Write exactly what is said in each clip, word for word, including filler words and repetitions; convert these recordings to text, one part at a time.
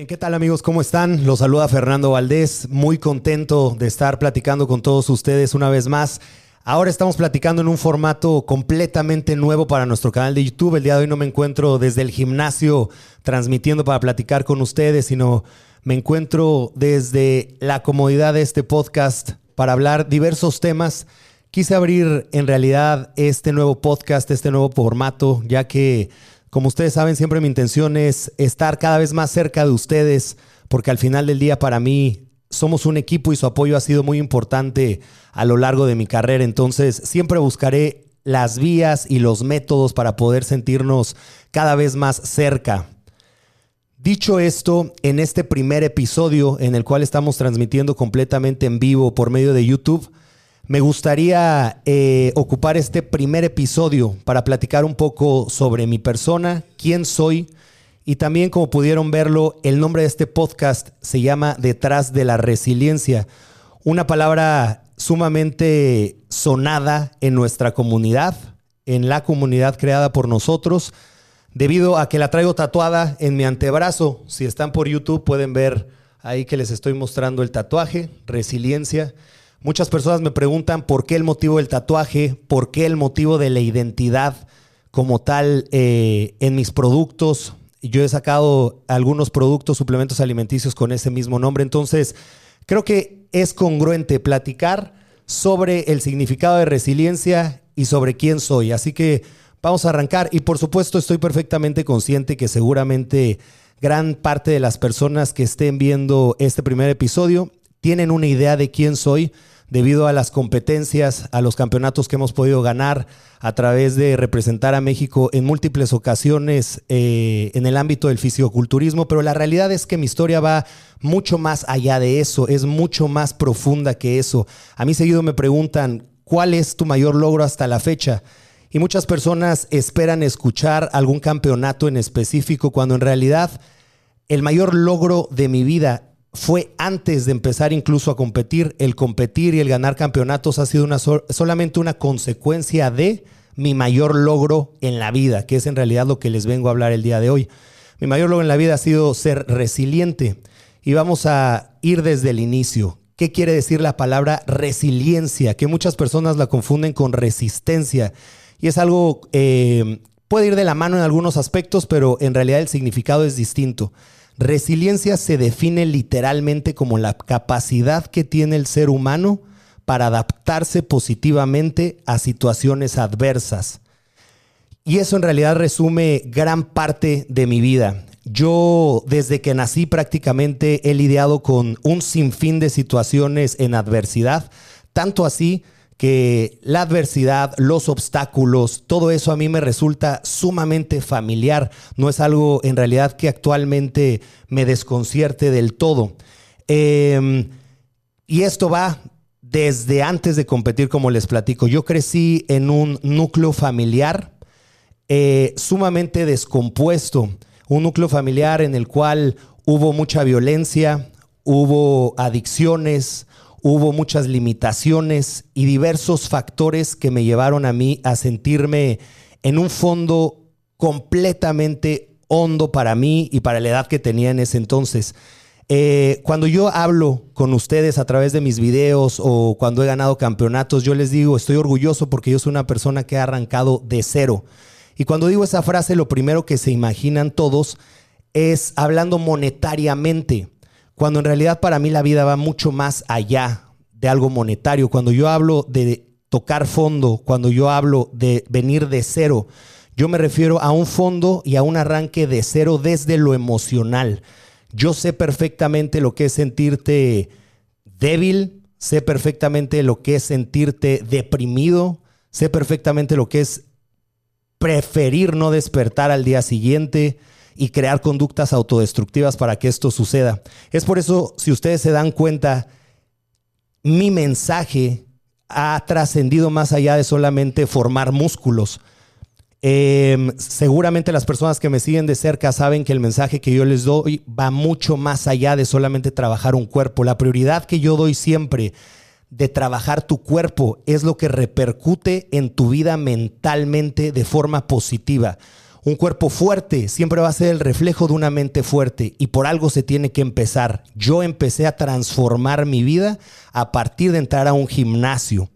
Bien, ¿qué tal amigos? ¿Cómo están? Los saluda Fernando Valdés, muy contento de estar platicando con todos ustedes una vez más. Ahora estamos platicando en un formato completamente nuevo para nuestro canal de YouTube. El día de hoy no me encuentro desde el gimnasio transmitiendo para platicar con ustedes, sino me encuentro desde la comodidad de este podcast para hablar diversos temas. Quise abrir en realidad este nuevo podcast, este nuevo formato, ya que, como ustedes saben, siempre mi intención es estar cada vez más cerca de ustedes, porque al final del día para mí somos un equipo y su apoyo ha sido muy importante a lo largo de mi carrera. Entonces siempre buscaré las vías y los métodos para poder sentirnos cada vez más cerca. Dicho esto, en este primer episodio en el cual estamos transmitiendo completamente en vivo por medio de YouTube, me gustaría eh, ocupar este primer episodio para platicar un poco sobre mi persona, quién soy, y también, como pudieron verlo, el nombre de este podcast se llama Detrás de la Resiliencia, una palabra sumamente sonada en nuestra comunidad, en la comunidad creada por nosotros, debido a que la traigo tatuada en mi antebrazo. Si están por YouTube pueden ver ahí que les estoy mostrando el tatuaje, Resiliencia. Muchas personas me preguntan por qué el motivo del tatuaje, por qué el motivo de la identidad como tal eh, en mis productos. Yo he sacado algunos productos, suplementos alimenticios con ese mismo nombre. Entonces, creo que es congruente platicar sobre el significado de resiliencia y sobre quién soy. Así que vamos a arrancar. Y por supuesto, estoy perfectamente consciente que seguramente gran parte de las personas que estén viendo este primer episodio tienen una idea de quién soy, debido a las competencias, a los campeonatos que hemos podido ganar a través de representar a México en múltiples ocasiones eh, en el ámbito del fisicoculturismo, pero la realidad es que mi historia va mucho más allá de eso, es mucho más profunda que eso. A mí seguido me preguntan, ¿cuál es tu mayor logro hasta la fecha? Y muchas personas esperan escuchar algún campeonato en específico, cuando en realidad el mayor logro de mi vida fue antes de empezar incluso a competir. El competir y el ganar campeonatos ha sido una so- solamente una consecuencia de mi mayor logro en la vida, que es en realidad lo que les vengo a hablar el día de hoy. Mi mayor logro en la vida ha sido ser resiliente. Y vamos a ir desde el inicio. ¿Qué quiere decir la palabra resiliencia? Que muchas personas la confunden con resistencia. Y es algo, eh, puede ir de la mano en algunos aspectos, pero en realidad el significado es distinto. Resiliencia se define literalmente como la capacidad que tiene el ser humano para adaptarse positivamente a situaciones adversas. Y eso en realidad resume gran parte de mi vida. Yo, desde que nací, prácticamente he lidiado con un sinfín de situaciones en adversidad, tanto así que la adversidad, los obstáculos, todo eso a mí me resulta sumamente familiar. No es algo en realidad que actualmente me desconcierte del todo. Eh, y esto va desde antes de competir, como les platico. Yo crecí en un núcleo familiar eh, sumamente descompuesto. Un núcleo familiar en el cual hubo mucha violencia, hubo adicciones, hubo muchas limitaciones y diversos factores que me llevaron a mí a sentirme en un fondo completamente hondo para mí y para la edad que tenía en ese entonces. Eh, cuando yo hablo con ustedes a través de mis videos o cuando he ganado campeonatos, yo les digo, estoy orgulloso porque yo soy una persona que ha arrancado de cero. Y cuando digo esa frase, lo primero que se imaginan todos es hablando monetariamente, cuando en realidad para mí la vida va mucho más allá de algo monetario. Cuando yo hablo de tocar fondo, cuando yo hablo de venir de cero, yo me refiero a un fondo y a un arranque de cero desde lo emocional. Yo sé perfectamente lo que es sentirte débil, sé perfectamente lo que es sentirte deprimido, sé perfectamente lo que es preferir no despertar al día siguiente y crear conductas autodestructivas para que esto suceda. Es por eso, si ustedes se dan cuenta, mi mensaje ha trascendido más allá de solamente formar músculos. Eh, seguramente las personas que me siguen de cerca saben que el mensaje que yo les doy va mucho más allá de solamente trabajar un cuerpo. La prioridad que yo doy siempre de trabajar tu cuerpo es lo que repercute en tu vida mentalmente de forma positiva. Un cuerpo fuerte siempre va a ser el reflejo de una mente fuerte y por algo se tiene que empezar. Yo empecé a transformar mi vida a partir de entrar a un gimnasio.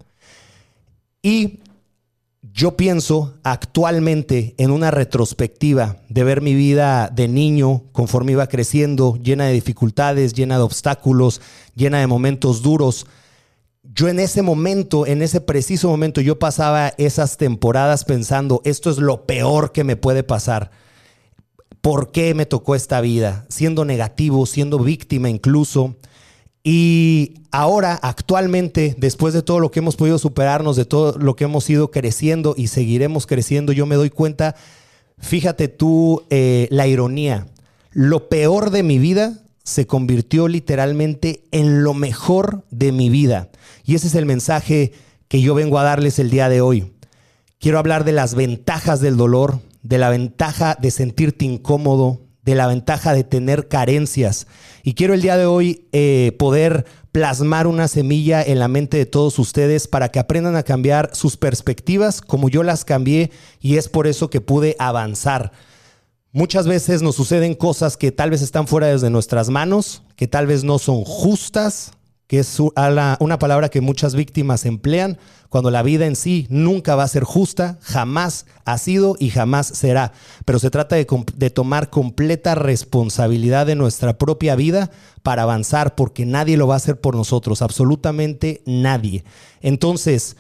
Y yo pienso actualmente en una retrospectiva de ver mi vida de niño conforme iba creciendo, llena de dificultades, llena de obstáculos, llena de momentos duros. Yo en ese momento, en ese preciso momento, yo pasaba esas temporadas pensando, esto es lo peor que me puede pasar. ¿Por qué me tocó esta vida? Siendo negativo, siendo víctima incluso. Y ahora, actualmente, después de todo lo que hemos podido superarnos, de todo lo que hemos ido creciendo y seguiremos creciendo, yo me doy cuenta, fíjate tú, eh, la ironía. Lo peor de mi vida se convirtió literalmente en lo mejor de mi vida. Y ese es el mensaje que yo vengo a darles el día de hoy. Quiero hablar de las ventajas del dolor, de la ventaja de sentirte incómodo, de la ventaja de tener carencias. Y quiero el día de hoy eh, poder plasmar una semilla en la mente de todos ustedes para que aprendan a cambiar sus perspectivas como yo las cambié, y es por eso que pude avanzar. Muchas veces nos suceden cosas que tal vez están fuera de nuestras manos, que tal vez no son justas, que es una palabra que muchas víctimas emplean, cuando la vida en sí nunca va a ser justa, jamás ha sido y jamás será. Pero se trata de, de tomar completa responsabilidad de nuestra propia vida para avanzar, porque nadie lo va a hacer por nosotros, absolutamente nadie. Entonces,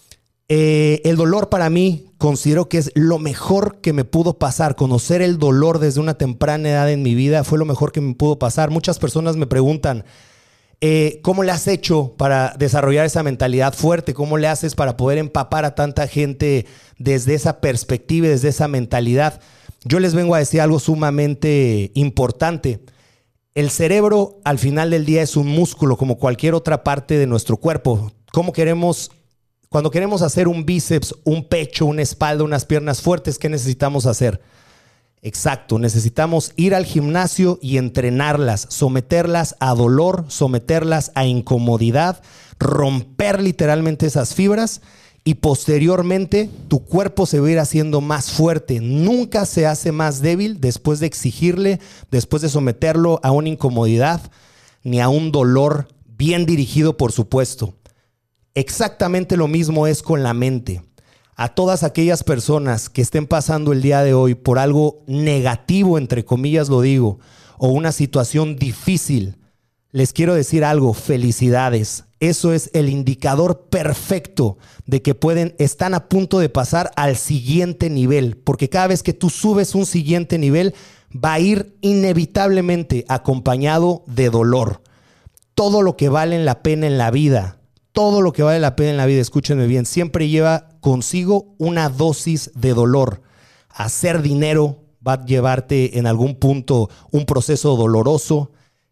eh, el dolor para mí considero que es lo mejor que me pudo pasar. Conocer el dolor desde una temprana edad en mi vida fue lo mejor que me pudo pasar. Muchas personas me preguntan, Eh, ¿cómo le has hecho para desarrollar esa mentalidad fuerte? ¿Cómo le haces para poder empapar a tanta gente desde esa perspectiva, desde esa mentalidad? Yo les vengo a decir algo sumamente importante. El cerebro al final del día es un músculo como cualquier otra parte de nuestro cuerpo. ¿Cómo queremos, cuando queremos hacer un bíceps, un pecho, una espalda, unas piernas fuertes, qué necesitamos hacer? Exacto, necesitamos ir al gimnasio y entrenarlas, someterlas a dolor, someterlas a incomodidad, romper literalmente esas fibras y posteriormente tu cuerpo se va a ir haciendo más fuerte. Nunca se hace más débil después de exigirle, después de someterlo a una incomodidad ni a un dolor bien dirigido, por supuesto. Exactamente lo mismo es con la mente. A todas aquellas personas que estén pasando el día de hoy por algo negativo, entre comillas lo digo, o una situación difícil, les quiero decir algo, felicidades. Eso es el indicador perfecto de que pueden, están a punto de pasar al siguiente nivel, porque cada vez que tú subes un siguiente nivel, va a ir inevitablemente acompañado de dolor. Todo lo que vale la pena en la vida, todo lo que vale la pena en la vida, escúchenme bien, siempre lleva consigo una dosis de dolor. Hacer dinero va a llevarte en algún punto un proceso doloroso.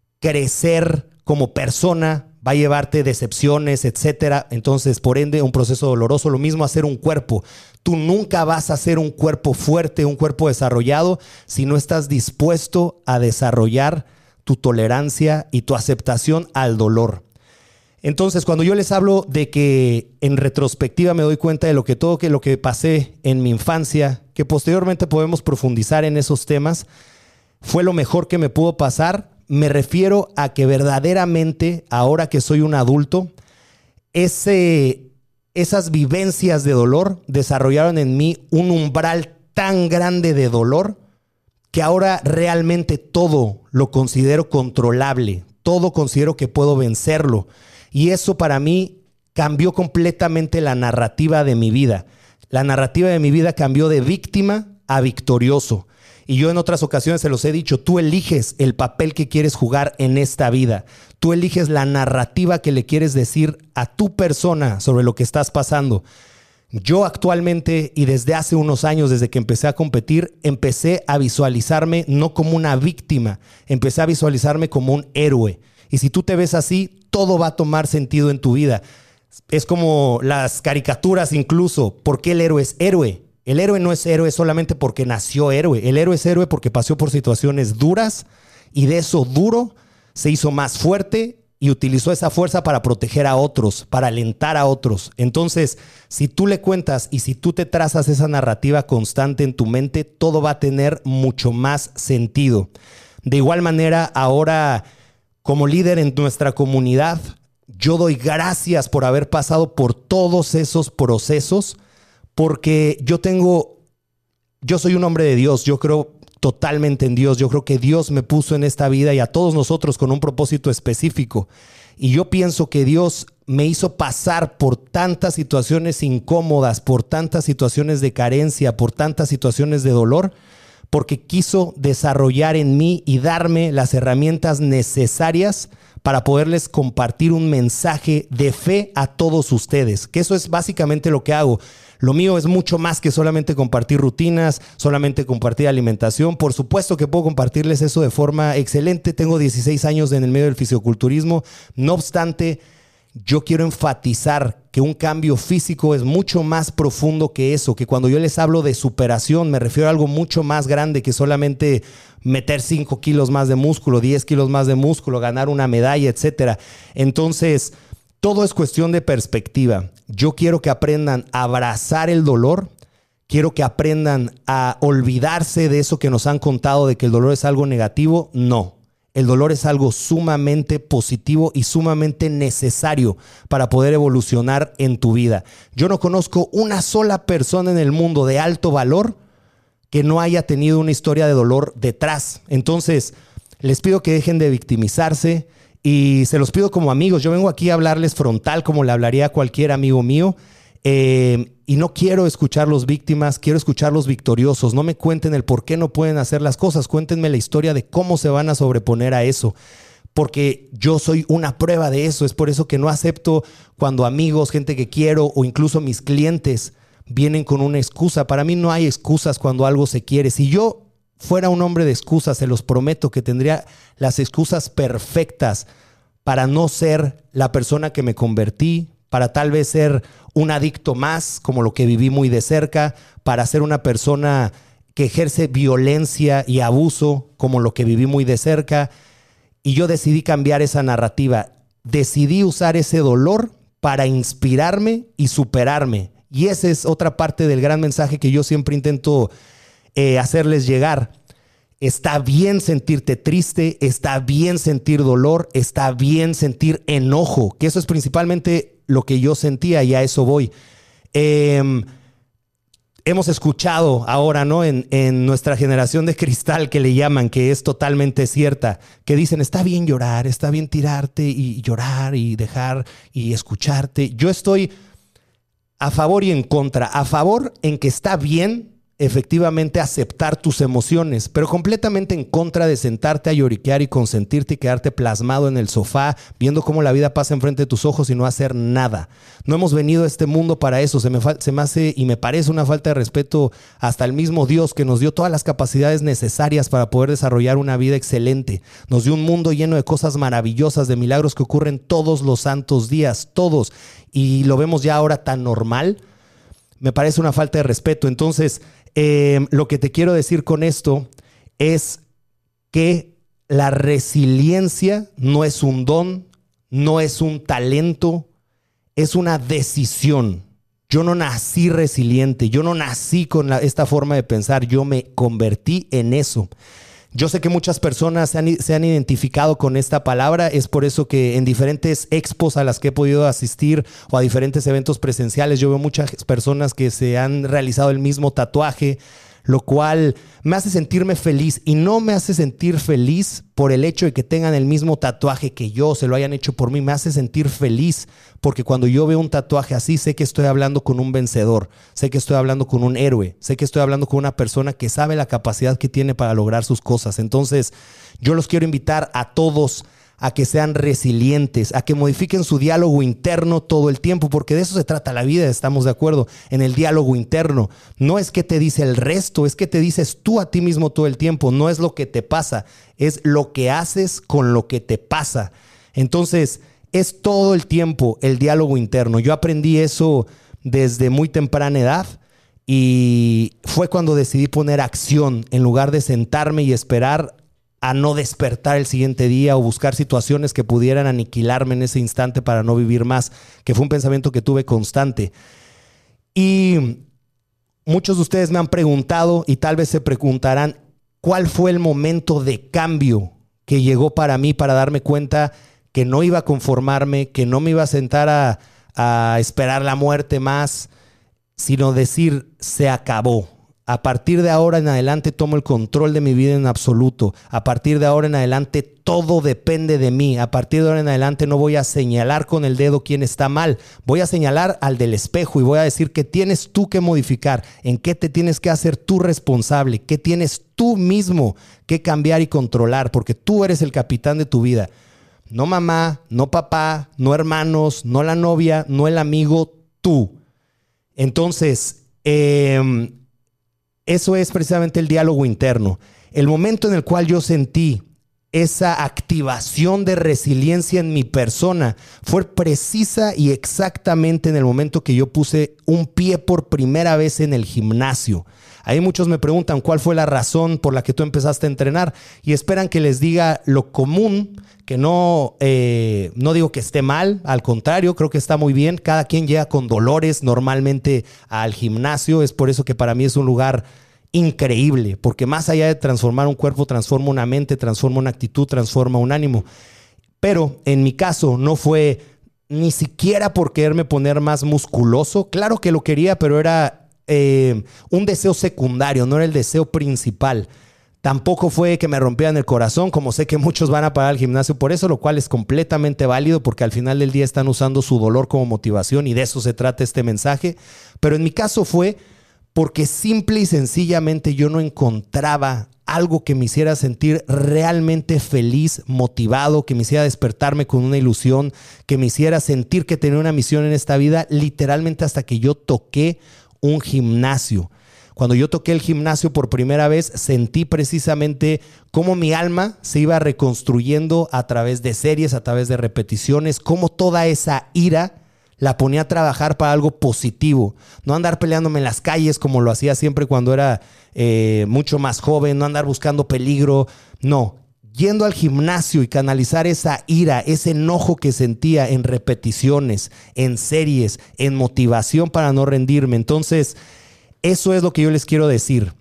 Crecer como persona va a llevarte decepciones, etcétera. Entonces, por ende, un proceso doloroso. Lo mismo hacer un cuerpo. Tú nunca vas a hacer un cuerpo fuerte, un cuerpo desarrollado, si no estás dispuesto a desarrollar tu tolerancia y tu aceptación al dolor. Entonces, cuando yo les hablo de que en retrospectiva me doy cuenta de lo que todo que lo que pasé en mi infancia, que posteriormente podemos profundizar en esos temas, fue lo mejor que me pudo pasar, me refiero a que verdaderamente, ahora que soy un adulto, ese, esas vivencias de dolor desarrollaron en mí un umbral tan grande de dolor que ahora realmente todo lo considero controlable, todo considero que puedo vencerlo. Y eso para mí cambió completamente la narrativa de mi vida. La narrativa de mi vida cambió de víctima a victorioso. Y yo en otras ocasiones se los he dicho, tú eliges el papel que quieres jugar en esta vida. Tú eliges la narrativa que le quieres decir a tu persona sobre lo que estás pasando. Yo actualmente y desde hace unos años, desde que empecé a competir, empecé a visualizarme no como una víctima, empecé a visualizarme como un héroe. Y si tú te ves así, todo va a tomar sentido en tu vida. Es como las caricaturas incluso. ¿Por qué el héroe es héroe? El héroe no es héroe solamente porque nació héroe. El héroe es héroe porque pasó por situaciones duras y de eso duro se hizo más fuerte y utilizó esa fuerza para proteger a otros, para alentar a otros. Entonces, si tú le cuentas y si tú te trazas esa narrativa constante en tu mente, todo va a tener mucho más sentido. De igual manera, ahora como líder en nuestra comunidad, yo doy gracias por haber pasado por todos esos procesos, porque yo tengo, yo soy un hombre de Dios, yo creo totalmente en Dios. Yo creo que Dios me puso en esta vida y a todos nosotros con un propósito específico. Y yo pienso que Dios me hizo pasar por tantas situaciones incómodas, por tantas situaciones de carencia, por tantas situaciones de dolor, porque quiso desarrollar en mí y darme las herramientas necesarias para poderles compartir un mensaje de fe a todos ustedes, que eso es básicamente lo que hago. Lo mío es mucho más que solamente compartir rutinas, solamente compartir alimentación. Por supuesto que puedo compartirles eso de forma excelente. Tengo dieciséis años en el medio del fisiculturismo. No obstante, yo quiero enfatizar que un cambio físico es mucho más profundo que eso, que cuando yo les hablo de superación me refiero a algo mucho más grande que solamente meter cinco kilos más de músculo, diez kilos más de músculo, ganar una medalla, etcétera. Entonces, todo es cuestión de perspectiva. Yo quiero que aprendan a abrazar el dolor. Quiero que aprendan a olvidarse de eso que nos han contado de que el dolor es algo negativo. No. El dolor es algo sumamente positivo y sumamente necesario para poder evolucionar en tu vida. Yo no conozco una sola persona en el mundo de alto valor que no haya tenido una historia de dolor detrás. Entonces, les pido que dejen de victimizarse y se los pido como amigos. Yo vengo aquí a hablarles frontal como le hablaría a cualquier amigo mío. Eh, y no quiero escuchar los víctimas, quiero escuchar los victoriosos. No me cuenten el por qué no pueden hacer las cosas, cuéntenme la historia de cómo se van a sobreponer a eso, porque yo soy una prueba de eso. Es por eso que no acepto cuando amigos, gente que quiero o incluso mis clientes vienen con una excusa. Para mí no hay excusas cuando algo se quiere. Si yo fuera un hombre de excusas, se los prometo que tendría las excusas perfectas para no ser la persona que me convertí, para tal vez ser un adicto más, como lo que viví muy de cerca, para ser una persona que ejerce violencia y abuso, como lo que viví muy de cerca. Y yo decidí cambiar esa narrativa. Decidí usar ese dolor para inspirarme y superarme. Y esa es otra parte del gran mensaje que yo siempre intento eh, hacerles llegar. Está bien sentirte triste, está bien sentir dolor, está bien sentir enojo, que eso es principalmente lo que yo sentía y a eso voy. Eh, hemos escuchado ahora, ¿no? En, en nuestra generación de cristal que le llaman, que es totalmente cierta, que dicen está bien llorar, está bien tirarte y llorar y dejar y escucharte. Yo estoy a favor y en contra. A favor en que está bien efectivamente aceptar tus emociones, pero completamente en contra de sentarte a lloriquear y consentirte y quedarte plasmado en el sofá viendo cómo la vida pasa enfrente de tus ojos y no hacer nada. No hemos venido a este mundo para eso. Se me, se me hace y me parece una falta de respeto hasta el mismo Dios, que nos dio todas las capacidades necesarias para poder desarrollar una vida excelente. Nos dio un mundo lleno de cosas maravillosas, de milagros que ocurren todos los santos días, todos, y lo vemos ya ahora tan normal. Me parece una falta de respeto. Entonces, Eh, lo que te quiero decir con esto es que la resiliencia no es un don, no es un talento, es una decisión. Yo no nací resiliente, yo no nací con la, esta forma de pensar, yo me convertí en eso. Yo sé que muchas personas se han, se han identificado con esta palabra. Es por eso que en diferentes expos a las que he podido asistir o a diferentes eventos presenciales, yo veo muchas personas que se han realizado el mismo tatuaje, lo cual me hace sentirme feliz. Y no me hace sentir feliz por el hecho de que tengan el mismo tatuaje que yo, se lo hayan hecho por mí. Me hace sentir feliz porque cuando yo veo un tatuaje así, sé que estoy hablando con un vencedor, sé que estoy hablando con un héroe, sé que estoy hablando con una persona que sabe la capacidad que tiene para lograr sus cosas. Entonces, yo los quiero invitar a todos a que sean resilientes, a que modifiquen su diálogo interno todo el tiempo, porque de eso se trata la vida, estamos de acuerdo, en el diálogo interno. No es que te dice el resto, es que te dices tú a ti mismo todo el tiempo. No es lo que te pasa, es lo que haces con lo que te pasa. Entonces, es todo el tiempo el diálogo interno. Yo aprendí eso desde muy temprana edad y fue cuando decidí poner acción en lugar de sentarme y esperar a no despertar el siguiente día o buscar situaciones que pudieran aniquilarme en ese instante para no vivir más, que fue un pensamiento que tuve constante. Y muchos de ustedes me han preguntado y tal vez se preguntarán, ¿cuál fue el momento de cambio que llegó para mí para darme cuenta que no iba a conformarme, que no me iba a sentar a, a esperar la muerte más, sino decir, se acabó? A partir de ahora en adelante tomo el control de mi vida en absoluto. A partir de ahora en adelante todo depende de mí. A partir de ahora en adelante no voy a señalar con el dedo quién está mal. Voy a señalar al del espejo y voy a decir qué tienes tú que modificar, en qué te tienes que hacer tú responsable, qué tienes tú mismo que cambiar y controlar, porque tú eres el capitán de tu vida. No mamá, no papá, no hermanos, no la novia, no el amigo, tú. Entonces, eh, eso es precisamente el diálogo interno. El momento en el cual yo sentí esa activación de resiliencia en mi persona fue precisa y exactamente en el momento que yo puse un pie por primera vez en el gimnasio. Ahí muchos me preguntan cuál fue la razón por la que tú empezaste a entrenar y esperan que les diga lo común, que no, eh, no digo que esté mal, al contrario, creo que está muy bien. Cada quien llega con dolores normalmente al gimnasio, es por eso que para mí es un lugar increíble, porque más allá de transformar un cuerpo, transforma una mente, transforma una actitud, transforma un ánimo. Pero en mi caso no fue ni siquiera por quererme poner más musculoso. Claro que lo quería, pero era eh, un deseo secundario, no era el deseo principal. Tampoco fue que me rompieran el corazón, como sé que muchos van a parar al gimnasio por eso, lo cual es completamente válido porque al final del día están usando su dolor como motivación y de eso se trata este mensaje. Pero en mi caso fue porque simple y sencillamente yo no encontraba algo que me hiciera sentir realmente feliz, motivado, que me hiciera despertarme con una ilusión, que me hiciera sentir que tenía una misión en esta vida, literalmente hasta que yo toqué un gimnasio. Cuando yo toqué el gimnasio por primera vez, sentí precisamente cómo mi alma se iba reconstruyendo a través de series, a través de repeticiones, cómo toda esa ira la ponía a trabajar para algo positivo. No andar peleándome en las calles como lo hacía siempre cuando era eh, mucho más joven, no andar buscando peligro, no. Yendo al gimnasio y canalizar esa ira, ese enojo que sentía en repeticiones, en series, en motivación para no rendirme. Entonces, eso es lo que yo les quiero decir.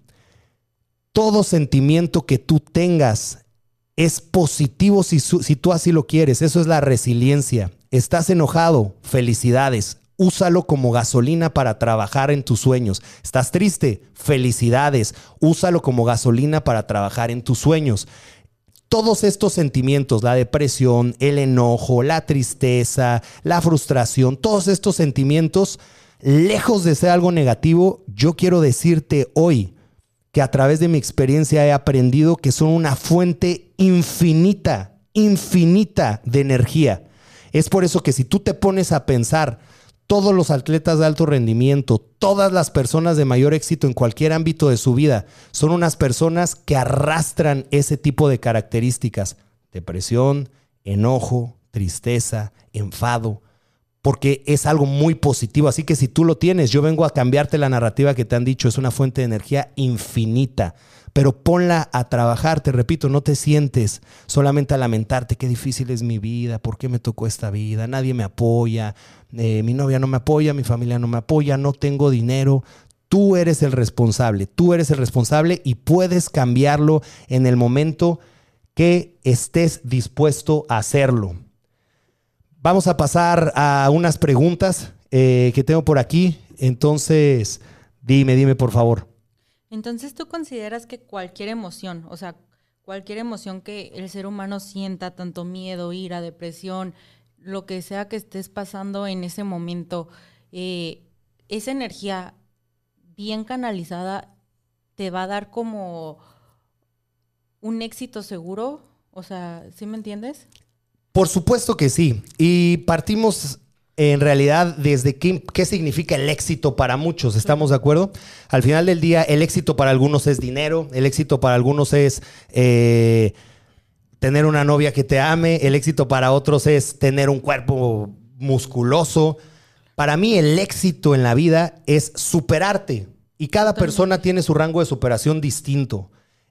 Todo sentimiento que tú tengas es positivo si, si tú así lo quieres. Eso es la resiliencia. ¿Estás enojado? Felicidades. Úsalo como gasolina para trabajar en tus sueños. ¿Estás triste? Felicidades. Úsalo como gasolina para trabajar en tus sueños. Todos estos sentimientos, la depresión, el enojo, la tristeza, la frustración, todos estos sentimientos, lejos de ser algo negativo, yo quiero decirte hoy que a través de mi experiencia he aprendido que son una fuente infinita, infinita de energía. Es por eso que si tú te pones a pensar, todos los atletas de alto rendimiento, todas las personas de mayor éxito en cualquier ámbito de su vida, son unas personas que arrastran ese tipo de características. Depresión, enojo, tristeza, enfado, porque es algo muy positivo. Así que si tú lo tienes, yo vengo a cambiarte la narrativa que te han dicho. Es una fuente de energía infinita. Pero ponla a trabajar, te repito, no te sientes solamente a lamentarte, qué difícil es mi vida, por qué me tocó esta vida, nadie me apoya, eh, mi novia no me apoya, mi familia no me apoya, no tengo dinero. Tú eres el responsable, tú eres el responsable y puedes cambiarlo en el momento que estés dispuesto a hacerlo. Vamos a pasar a unas preguntas eh, que tengo por aquí, entonces dime, dime por favor. Entonces, ¿tú consideras que cualquier emoción, o sea, cualquier emoción que el ser humano sienta, tanto miedo, ira, depresión, lo que sea que estés pasando en ese momento, eh, esa energía bien canalizada te va a dar como un éxito seguro? O sea, ¿sí me entiendes? Por supuesto que sí. Y partimos en realidad desde qué, qué significa el éxito para muchos. ¿Estamos de acuerdo? Al final del día, el éxito para algunos es dinero. El éxito para algunos es eh, tener una novia que te ame. El éxito para otros es tener un cuerpo musculoso. Para mí, el éxito en la vida es superarte. Y cada persona tiene su rango de superación distinto.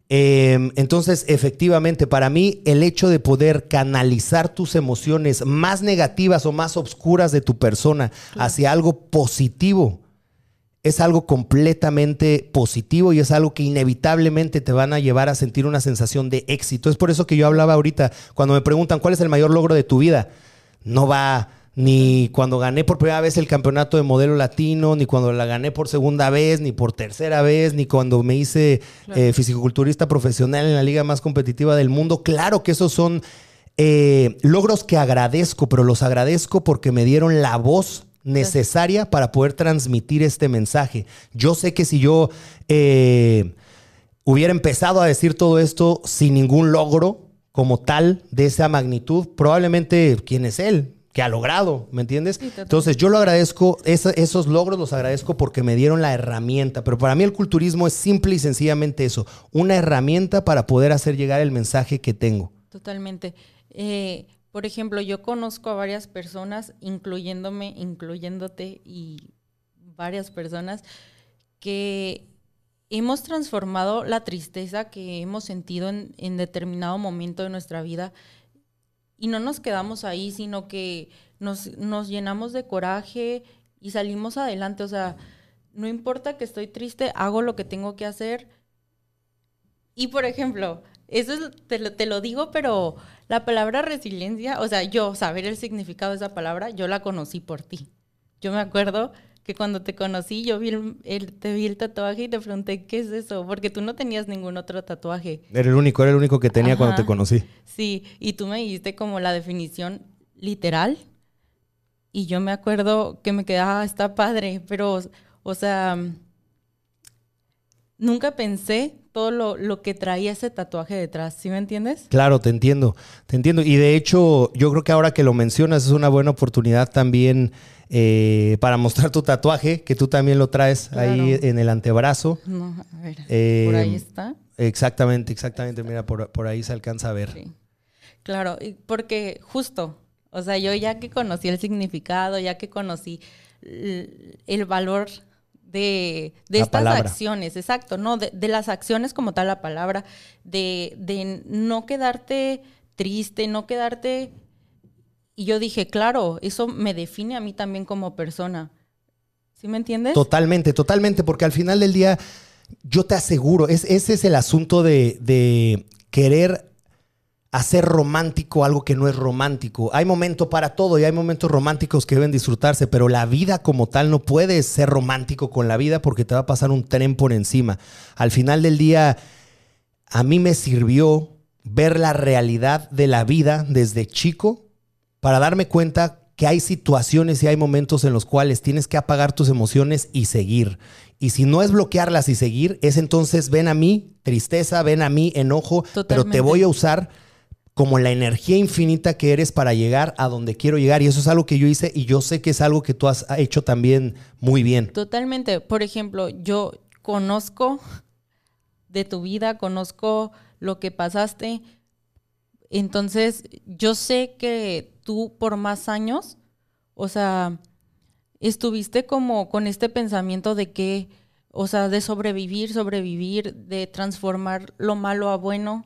Eh, entonces, efectivamente, para mí, el hecho de poder canalizar tus emociones más negativas o más oscuras de tu persona claro. hacia algo positivo, es algo completamente positivo y es algo que inevitablemente te van a llevar a sentir una sensación de éxito. Es por eso que yo hablaba ahorita, cuando me preguntan cuál es el mayor logro de tu vida, no va ni cuando gané por primera vez el campeonato de modelo latino, ni cuando la gané por segunda vez, ni por tercera vez, ni cuando me hice claro. eh, fisicoculturista profesional en la liga más competitiva del mundo. Claro que esos son eh, logros que agradezco, pero los agradezco porque me dieron la voz necesaria para poder transmitir este mensaje. Yo sé que si yo eh, hubiera empezado a decir todo esto sin ningún logro como tal de esa magnitud, probablemente ¿quién es él? Que ha logrado, ¿me entiendes? Sí, entonces yo lo agradezco, esa, esos logros los agradezco porque me dieron la herramienta, pero para mí el culturismo es simple y sencillamente eso, una herramienta para poder hacer llegar el mensaje que tengo. Totalmente. Eh, por ejemplo, yo conozco a varias personas, incluyéndome, incluyéndote y varias personas, que hemos transformado la tristeza que hemos sentido en, en determinado momento de nuestra vida. Y no nos quedamos ahí, sino que nos, nos llenamos de coraje y salimos adelante. O sea, no importa que estoy triste, hago lo que tengo que hacer. Y, por ejemplo, eso es, te, lo, te lo digo, pero la palabra resiliencia, o sea, yo saber el significado de esa palabra, yo la conocí por ti. Yo me acuerdo que cuando te conocí, yo vi el, el, te vi el tatuaje y te pregunté, ¿qué es eso? Porque tú no tenías ningún otro tatuaje. Era el único, era el único que tenía. Ajá. Cuando te conocí. Sí, y tú me dijiste como la definición literal. Y yo me acuerdo que me quedaba, ah, está padre, pero, o sea, nunca pensé todo lo, lo que traía ese tatuaje detrás, ¿sí me entiendes? Claro, te entiendo, te entiendo. Y de hecho, yo creo que ahora que lo mencionas es una buena oportunidad también eh, para mostrar tu tatuaje, que tú también lo traes claro. ahí en el antebrazo. No, a ver, eh, por ahí está. Exactamente, exactamente. Mira, por, por ahí se alcanza a ver. Sí. Claro, porque justo, o sea, yo ya que conocí el significado, ya que conocí el, el valor de, de estas palabra. acciones, exacto, ¿no? De, de las acciones como tal la palabra, de, de no quedarte triste, no quedarte... Y yo dije, claro, eso me define a mí también como persona. ¿Sí me entiendes? Totalmente, totalmente, porque al final del día, yo te aseguro, es, ese es el asunto de, de querer hacer romántico algo que no es romántico. Hay momento para todo y hay momentos románticos que deben disfrutarse, pero la vida como tal no puede ser romántico con la vida porque te va a pasar un tren por encima. Al final del día, a mí me sirvió ver la realidad de la vida desde chico para darme cuenta que hay situaciones y hay momentos en los cuales tienes que apagar tus emociones y seguir. Y si no es bloquearlas y seguir, es entonces ven a mí tristeza, ven a mí enojo, totalmente. Pero te voy a usar como la energía infinita que eres para llegar a donde quiero llegar. Y eso es algo que yo hice y yo sé que es algo que tú has hecho también muy bien. Totalmente. Por ejemplo, yo conozco de tu vida, conozco lo que pasaste. Entonces, yo sé que tú por más años, o sea, estuviste como con este pensamiento de que, o sea, de sobrevivir, sobrevivir, de transformar lo malo a bueno.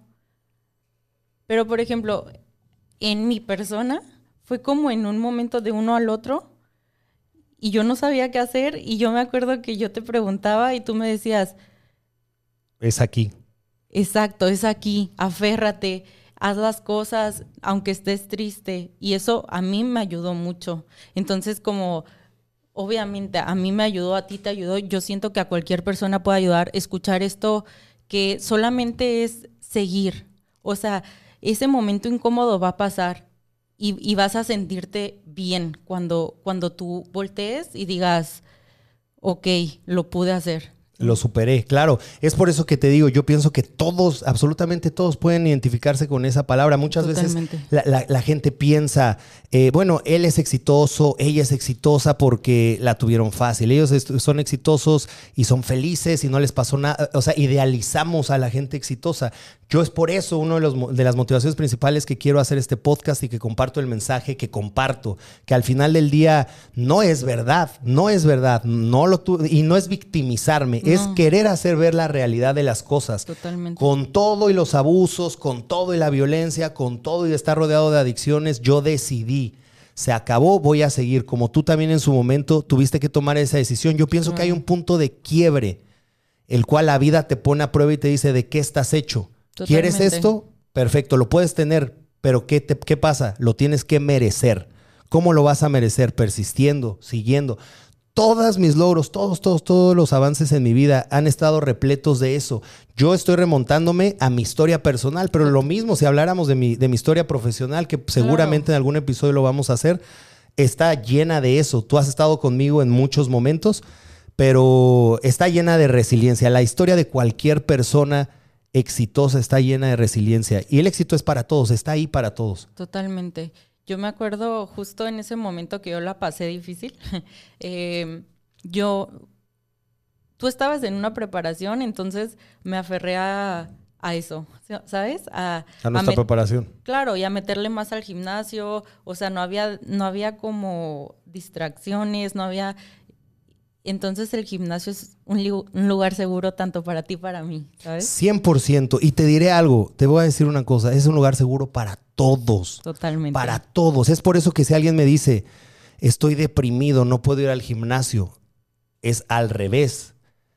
Pero, por ejemplo, en mi persona fue como en un momento de uno al otro y yo no sabía qué hacer y yo me acuerdo que yo te preguntaba y tú me decías... Es aquí. Exacto, es aquí, aférrate. Haz las cosas aunque estés triste y eso a mí me ayudó mucho. Entonces, como obviamente a mí me ayudó, a ti te ayudó, yo siento que a cualquier persona puede ayudar escuchar esto que solamente es seguir. O sea, ese momento incómodo va a pasar y, y vas a sentirte bien cuando, cuando tú voltees y digas, ok, lo pude hacer. Lo superé, claro. Es por eso que te digo, yo pienso que todos, absolutamente todos pueden identificarse con esa palabra. Muchas Totalmente. veces la, la, la gente piensa, eh, bueno, él es exitoso, ella es exitosa porque la tuvieron fácil. Ellos son exitosos y son felices y no les pasó nada. O sea, idealizamos a la gente exitosa. Yo es por eso uno de, los, de las motivaciones principales que quiero hacer este podcast y que comparto el mensaje que comparto, que al final del día no es verdad, no es verdad, no lo tu- y no es victimizarme. No. Es querer hacer ver la realidad de las cosas. Totalmente. Con todo y los abusos, con todo y la violencia, con todo y estar rodeado de adicciones, yo decidí. Se acabó, voy a seguir. Como tú también en su momento tuviste que tomar esa decisión. Yo pienso Claro. que hay un punto de quiebre, el cual la vida te pone a prueba y te dice de qué estás hecho. Totalmente. ¿Quieres esto? Perfecto, lo puedes tener, pero ¿qué, te, ¿qué pasa? Lo tienes que merecer. ¿Cómo lo vas a merecer? Persistiendo, siguiendo. Todos mis logros, todos, todos, todos los avances en mi vida han estado repletos de eso. Yo estoy remontándome a mi historia personal, pero lo mismo si habláramos de mi, de mi historia profesional, que seguramente Claro. en algún episodio lo vamos a hacer, está llena de eso. Tú has estado conmigo en muchos momentos, pero está llena de resiliencia. La historia de cualquier persona exitosa está llena de resiliencia y el éxito es para todos, está ahí para todos. Totalmente. Yo me acuerdo justo en ese momento que yo la pasé difícil. eh, yo, tú estabas en una preparación, entonces me aferré a, a eso, ¿sabes? A, A nuestra met- preparación. Claro, y a meterle más al gimnasio. O sea, no había, no había como distracciones, no había... Entonces el gimnasio es un, li- un lugar seguro tanto para ti y para mí, ¿sabes? cien por ciento. Y te diré algo, te voy a decir una cosa, es un lugar seguro para todos. Totalmente. Para todos. Es por eso que si alguien me dice, estoy deprimido, no puedo ir al gimnasio, es al revés.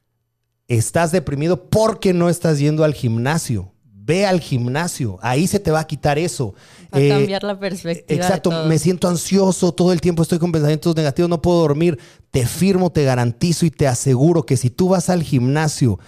Estás deprimido porque no estás yendo al gimnasio. Ve al gimnasio, ahí se te va a quitar eso. A Eh, cambiar la perspectiva. Exacto, de todo. me siento ansioso, todo el tiempo estoy con pensamientos negativos, no puedo dormir. Te firmo, te garantizo y te aseguro que si tú vas al gimnasio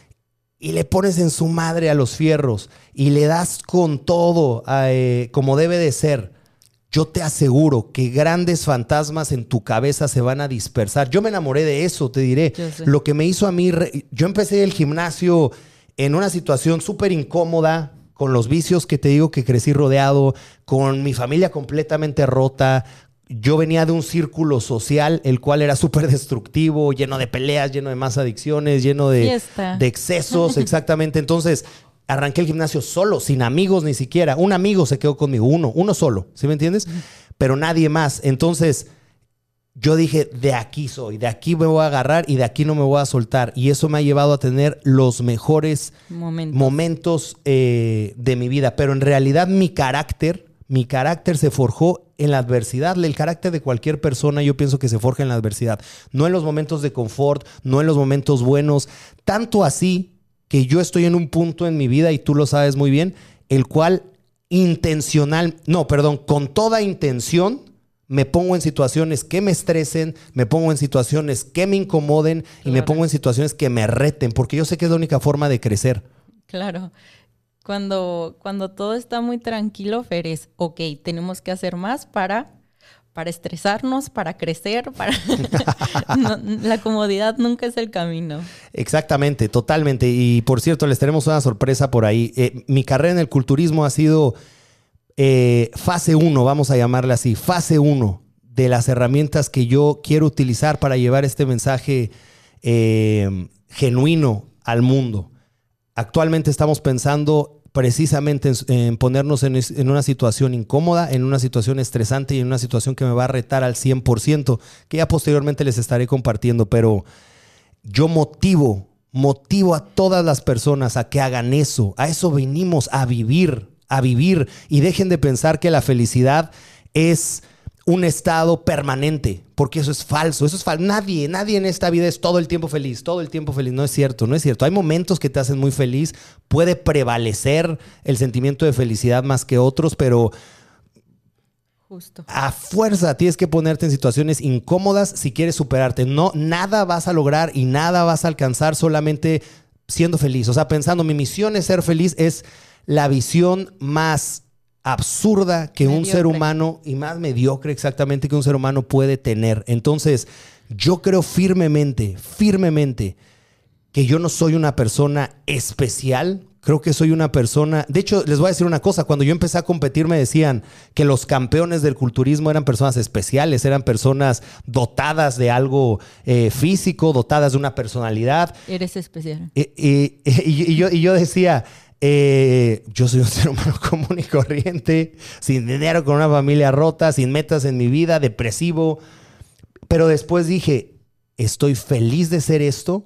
y le pones en su madre a los fierros y le das con todo eh, como debe de ser, yo te aseguro que grandes fantasmas en tu cabeza se van a dispersar. Yo me enamoré de eso, te diré. Yo sé. Lo que me hizo a mí, re- yo empecé el gimnasio en una situación súper incómoda, con los vicios que te digo que crecí rodeado, con mi familia completamente rota. Yo venía de un círculo social, el cual era súper destructivo, lleno de peleas, lleno de más adicciones, lleno de, Fiesta. de excesos, exactamente. Entonces, arranqué el gimnasio solo, sin amigos ni siquiera. Un amigo se quedó conmigo, uno, uno solo, ¿sí me entiendes? Pero nadie más. Entonces, yo dije, de aquí soy, de aquí me voy a agarrar y de aquí no me voy a soltar. Y eso me ha llevado a tener los mejores Momentos. momentos eh, de mi vida. Pero en realidad mi carácter, mi carácter se forjó en la adversidad. El carácter de cualquier persona yo pienso que se forja en la adversidad. No en los momentos de confort, no en los momentos buenos. Tanto así que yo estoy en un punto en mi vida, y tú lo sabes muy bien, el cual intencional, no, perdón, con toda intención me pongo en situaciones que me estresen, me pongo en situaciones que me incomoden y me Claro. pongo en situaciones que me reten, porque yo sé que es la única forma de crecer. Claro. Cuando, cuando todo está muy tranquilo, Fer, es, ok, tenemos que hacer más para, para estresarnos, para crecer, para... No, la comodidad nunca es el camino. Exactamente, totalmente. Y por cierto, les tenemos una sorpresa por ahí. Eh, mi carrera en el culturismo ha sido eh, fase uno, vamos a llamarla así, fase uno de las herramientas que yo quiero utilizar para llevar este mensaje eh, genuino al mundo. Actualmente estamos pensando precisamente en, en ponernos en, en una situación incómoda, en una situación estresante y en una situación que me va a retar al cien por ciento, que ya posteriormente les estaré compartiendo, pero yo motivo, motivo a todas las personas a que hagan eso. A eso venimos, a vivir, a vivir. Y dejen de pensar que la felicidad es un estado permanente, porque eso es falso, eso es falso. Nadie, nadie en esta vida es todo el tiempo feliz, todo el tiempo feliz. No es cierto, no es cierto. Hay momentos que te hacen muy feliz, puede prevalecer el sentimiento de felicidad más que otros, pero Justo. a fuerza tienes que ponerte en situaciones incómodas si quieres superarte. No, nada vas a lograr y nada vas a alcanzar solamente siendo feliz. O sea, pensando, mi misión es ser feliz, es la visión más absurda que mediocre. Un ser humano, y más mediocre exactamente, que un ser humano puede tener. Entonces, yo creo firmemente, firmemente que yo no soy una persona especial. Creo que soy una persona... De hecho, les voy a decir una cosa. Cuando yo empecé a competir me decían que los campeones del culturismo eran personas especiales, eran personas dotadas de algo eh, físico, dotadas de una personalidad. Eres especial. Y, y, y, y, yo, y yo decía... Eh, yo soy un ser humano común y corriente, sin dinero, con una familia rota, sin metas en mi vida, depresivo. Pero después dije, estoy feliz de ser esto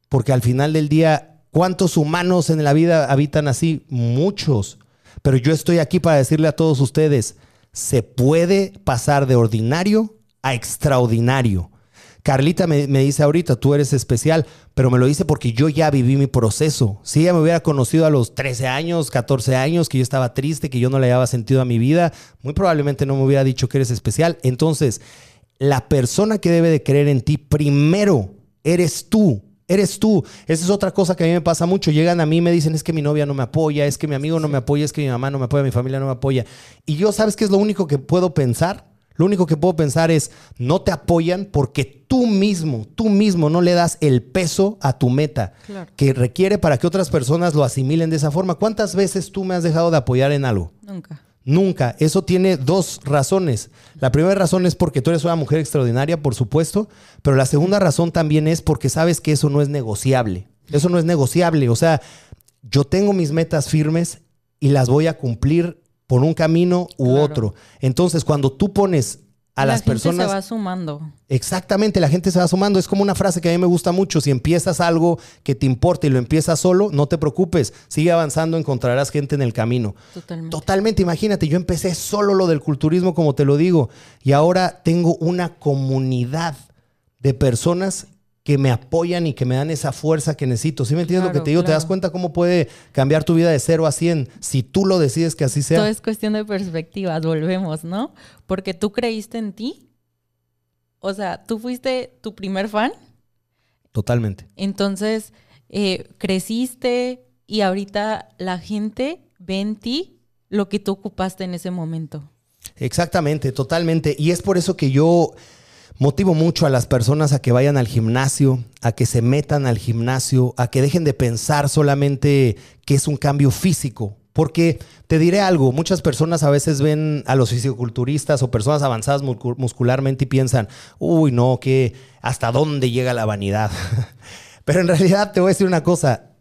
porque al final del día, ¿cuántos humanos en la vida habitan así? Muchos. Pero yo estoy aquí para decirle a todos ustedes, se puede pasar de ordinario a extraordinario. Carlita me, me dice ahorita, tú eres especial, pero me lo dice porque yo ya viví mi proceso. Si ella me hubiera conocido a los trece años, catorce años, que yo estaba triste, que yo no le daba sentido a mi vida, muy probablemente no me hubiera dicho que eres especial. Entonces, la persona que debe de creer en ti primero eres tú. Eres tú. Esa es otra cosa que a mí me pasa mucho. Llegan a mí y me dicen, es que mi novia no me apoya, es que mi amigo no me apoya, es que mi mamá no me apoya, mi familia no me apoya. Y yo, ¿sabes qué es lo único que puedo pensar? Lo único que puedo pensar es, no te apoyan porque tú mismo, tú mismo no le das el peso a tu meta, claro, que requiere para que otras personas lo asimilen de esa forma. ¿Cuántas veces tú me has dejado de apoyar en algo? Nunca. Nunca. Eso tiene dos razones. La primera razón es porque tú eres una mujer extraordinaria, por supuesto, pero la segunda razón también es porque sabes que eso no es negociable. Eso no es negociable. O sea, yo tengo mis metas firmes y las voy a cumplir por un camino u claro. otro. Entonces, cuando tú pones a la las personas... La gente se va sumando. Exactamente, la gente se va sumando. Es como una frase que a mí me gusta mucho. Si empiezas algo que te importa y lo empiezas solo, no te preocupes. Sigue avanzando, encontrarás gente en el camino. Totalmente. Totalmente, imagínate, yo empecé solo lo del culturismo, como te lo digo, y ahora tengo una comunidad de personas que me apoyan y que me dan esa fuerza que necesito. ¿Sí me entiendes claro, lo que te digo? Claro. ¿Te das cuenta cómo puede cambiar tu vida de cero a cien si tú lo decides que así sea? Todo es cuestión de perspectivas, volvemos, ¿no? Porque tú creíste en ti. O sea, tú fuiste tu primer fan. Totalmente. Entonces, eh, creciste y ahorita la gente ve en ti lo que tú ocupaste en ese momento. Exactamente, totalmente. Y es por eso que yo... motivo mucho a las personas a que vayan al gimnasio, a que se metan al gimnasio, a que dejen de pensar solamente que es un cambio físico. Porque te diré algo, muchas personas a veces ven a los fisiculturistas o personas avanzadas muscularmente y piensan, uy, no, que hasta dónde llega la vanidad. Pero en realidad te voy a decir una cosa,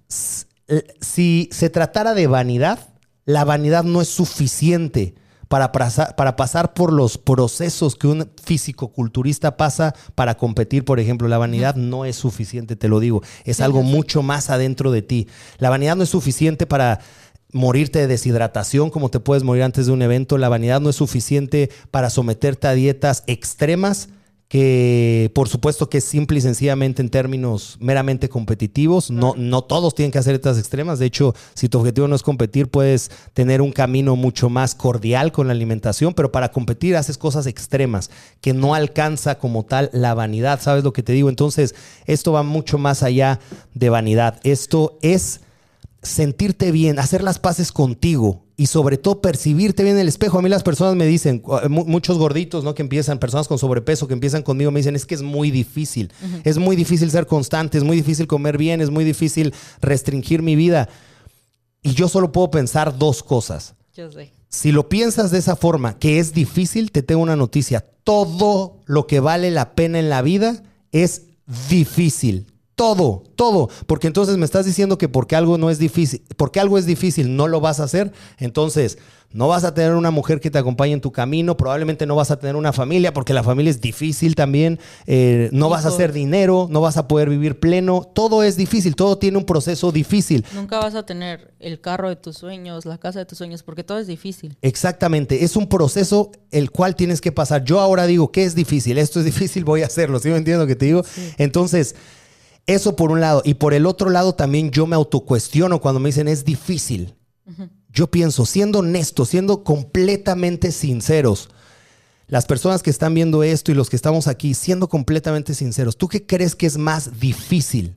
si se tratara de vanidad, la vanidad no es suficiente Para pasar, para pasar por los procesos que un fisicoculturista pasa para competir, por ejemplo. La vanidad uh-huh. no es suficiente, te lo digo. Es sí, algo sí. mucho más adentro de ti. La vanidad no es suficiente para morirte de deshidratación, como te puedes morir antes de un evento. La vanidad no es suficiente para someterte a dietas extremas, que por supuesto que es simple y sencillamente en términos meramente competitivos. No, no todos tienen que hacer dietas extremas. De hecho, si tu objetivo no es competir, puedes tener un camino mucho más cordial con la alimentación, pero para competir haces cosas extremas que no alcanza como tal la vanidad. ¿Sabes lo que te digo? Entonces, esto va mucho más allá de vanidad. Esto es sentirte bien, hacer las paces contigo y sobre todo percibirte bien en el espejo. A mí las personas me dicen, muchos gorditos, ¿no? Que empiezan, personas con sobrepeso que empiezan conmigo, me dicen, es que es muy difícil. Uh-huh. Es muy difícil ser constante, es muy difícil comer bien, es muy difícil restringir mi vida. Y yo solo puedo pensar dos cosas. Yo sé. Si lo piensas de esa forma, que es difícil, te tengo una noticia. Todo lo que vale la pena en la vida es difícil. Todo, todo. Porque entonces me estás diciendo que porque algo no es difícil, porque algo es difícil, no lo vas a hacer. Entonces, no vas a tener una mujer que te acompañe en tu camino. Probablemente no vas a tener una familia, porque la familia es difícil también. Eh, no vas a hacer dinero, no vas a poder vivir pleno. Todo es difícil, todo tiene un proceso difícil. Nunca vas a tener el carro de tus sueños, la casa de tus sueños, porque todo es difícil. Exactamente, es un proceso el cual tienes que pasar. Yo ahora digo, ¿qué es difícil? Esto es difícil, voy a hacerlo. ¿Sí me entiendes lo que te digo? Sí. Entonces... eso por un lado. Y por el otro lado también yo me autocuestiono cuando me dicen es difícil. Uh-huh. Yo pienso, siendo honestos, siendo completamente sinceros, las personas que están viendo esto y los que estamos aquí, siendo completamente sinceros, ¿tú qué crees que es más difícil?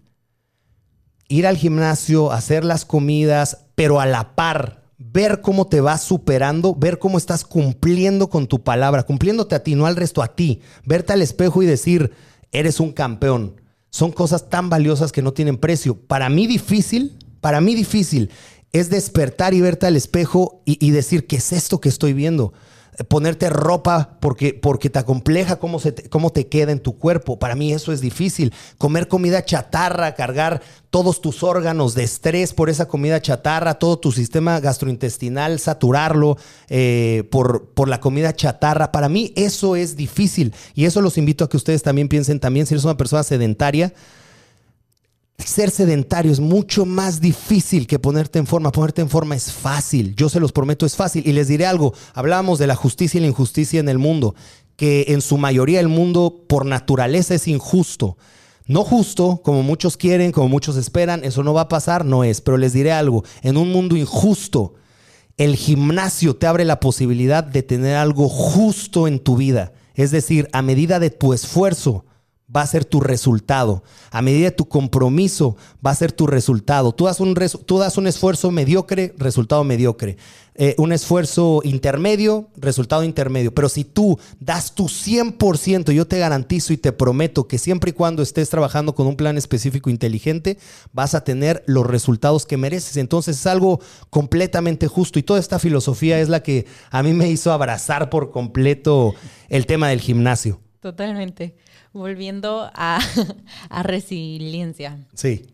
Ir al gimnasio, hacer las comidas, pero a la par, ver cómo te vas superando, ver cómo estás cumpliendo con tu palabra, cumpliéndote a ti, no al resto, a ti. Verte al espejo y decir, eres un campeón. Son cosas tan valiosas que no tienen precio. Para mí difícil, para mí difícil es despertar y verte al espejo y, y decir, ¿qué es esto que estoy viendo? Ponerte ropa porque, porque te acompleja cómo, se te, cómo te queda en tu cuerpo. Para mí eso es difícil. Comer comida chatarra, cargar todos tus órganos de estrés por esa comida chatarra, todo tu sistema gastrointestinal, saturarlo eh, por, por la comida chatarra. Para mí eso es difícil. Y eso los invito a que ustedes también piensen también. Si eres una persona sedentaria, ser sedentario es mucho más difícil que ponerte en forma. Ponerte en forma es fácil, yo se los prometo, es fácil. Y les diré algo, hablábamos de la justicia y la injusticia en el mundo, que en su mayoría el mundo por naturaleza es injusto. No justo, como muchos quieren, como muchos esperan, eso no va a pasar, no es. Pero les diré algo, en un mundo injusto, el gimnasio te abre la posibilidad de tener algo justo en tu vida. Es decir, a medida de tu esfuerzo, va a ser tu resultado. A medida de tu compromiso, va a ser tu resultado. Tú das un, res, tú das un esfuerzo mediocre, resultado mediocre. Eh, un esfuerzo intermedio, resultado intermedio. Pero si tú das tu cien por ciento, yo te garantizo y te prometo que siempre y cuando estés trabajando con un plan específico inteligente, vas a tener los resultados que mereces. Entonces es algo completamente justo. Y toda esta filosofía es la que a mí me hizo abrazar por completo el tema del gimnasio. Totalmente. Volviendo a, a resiliencia. Sí.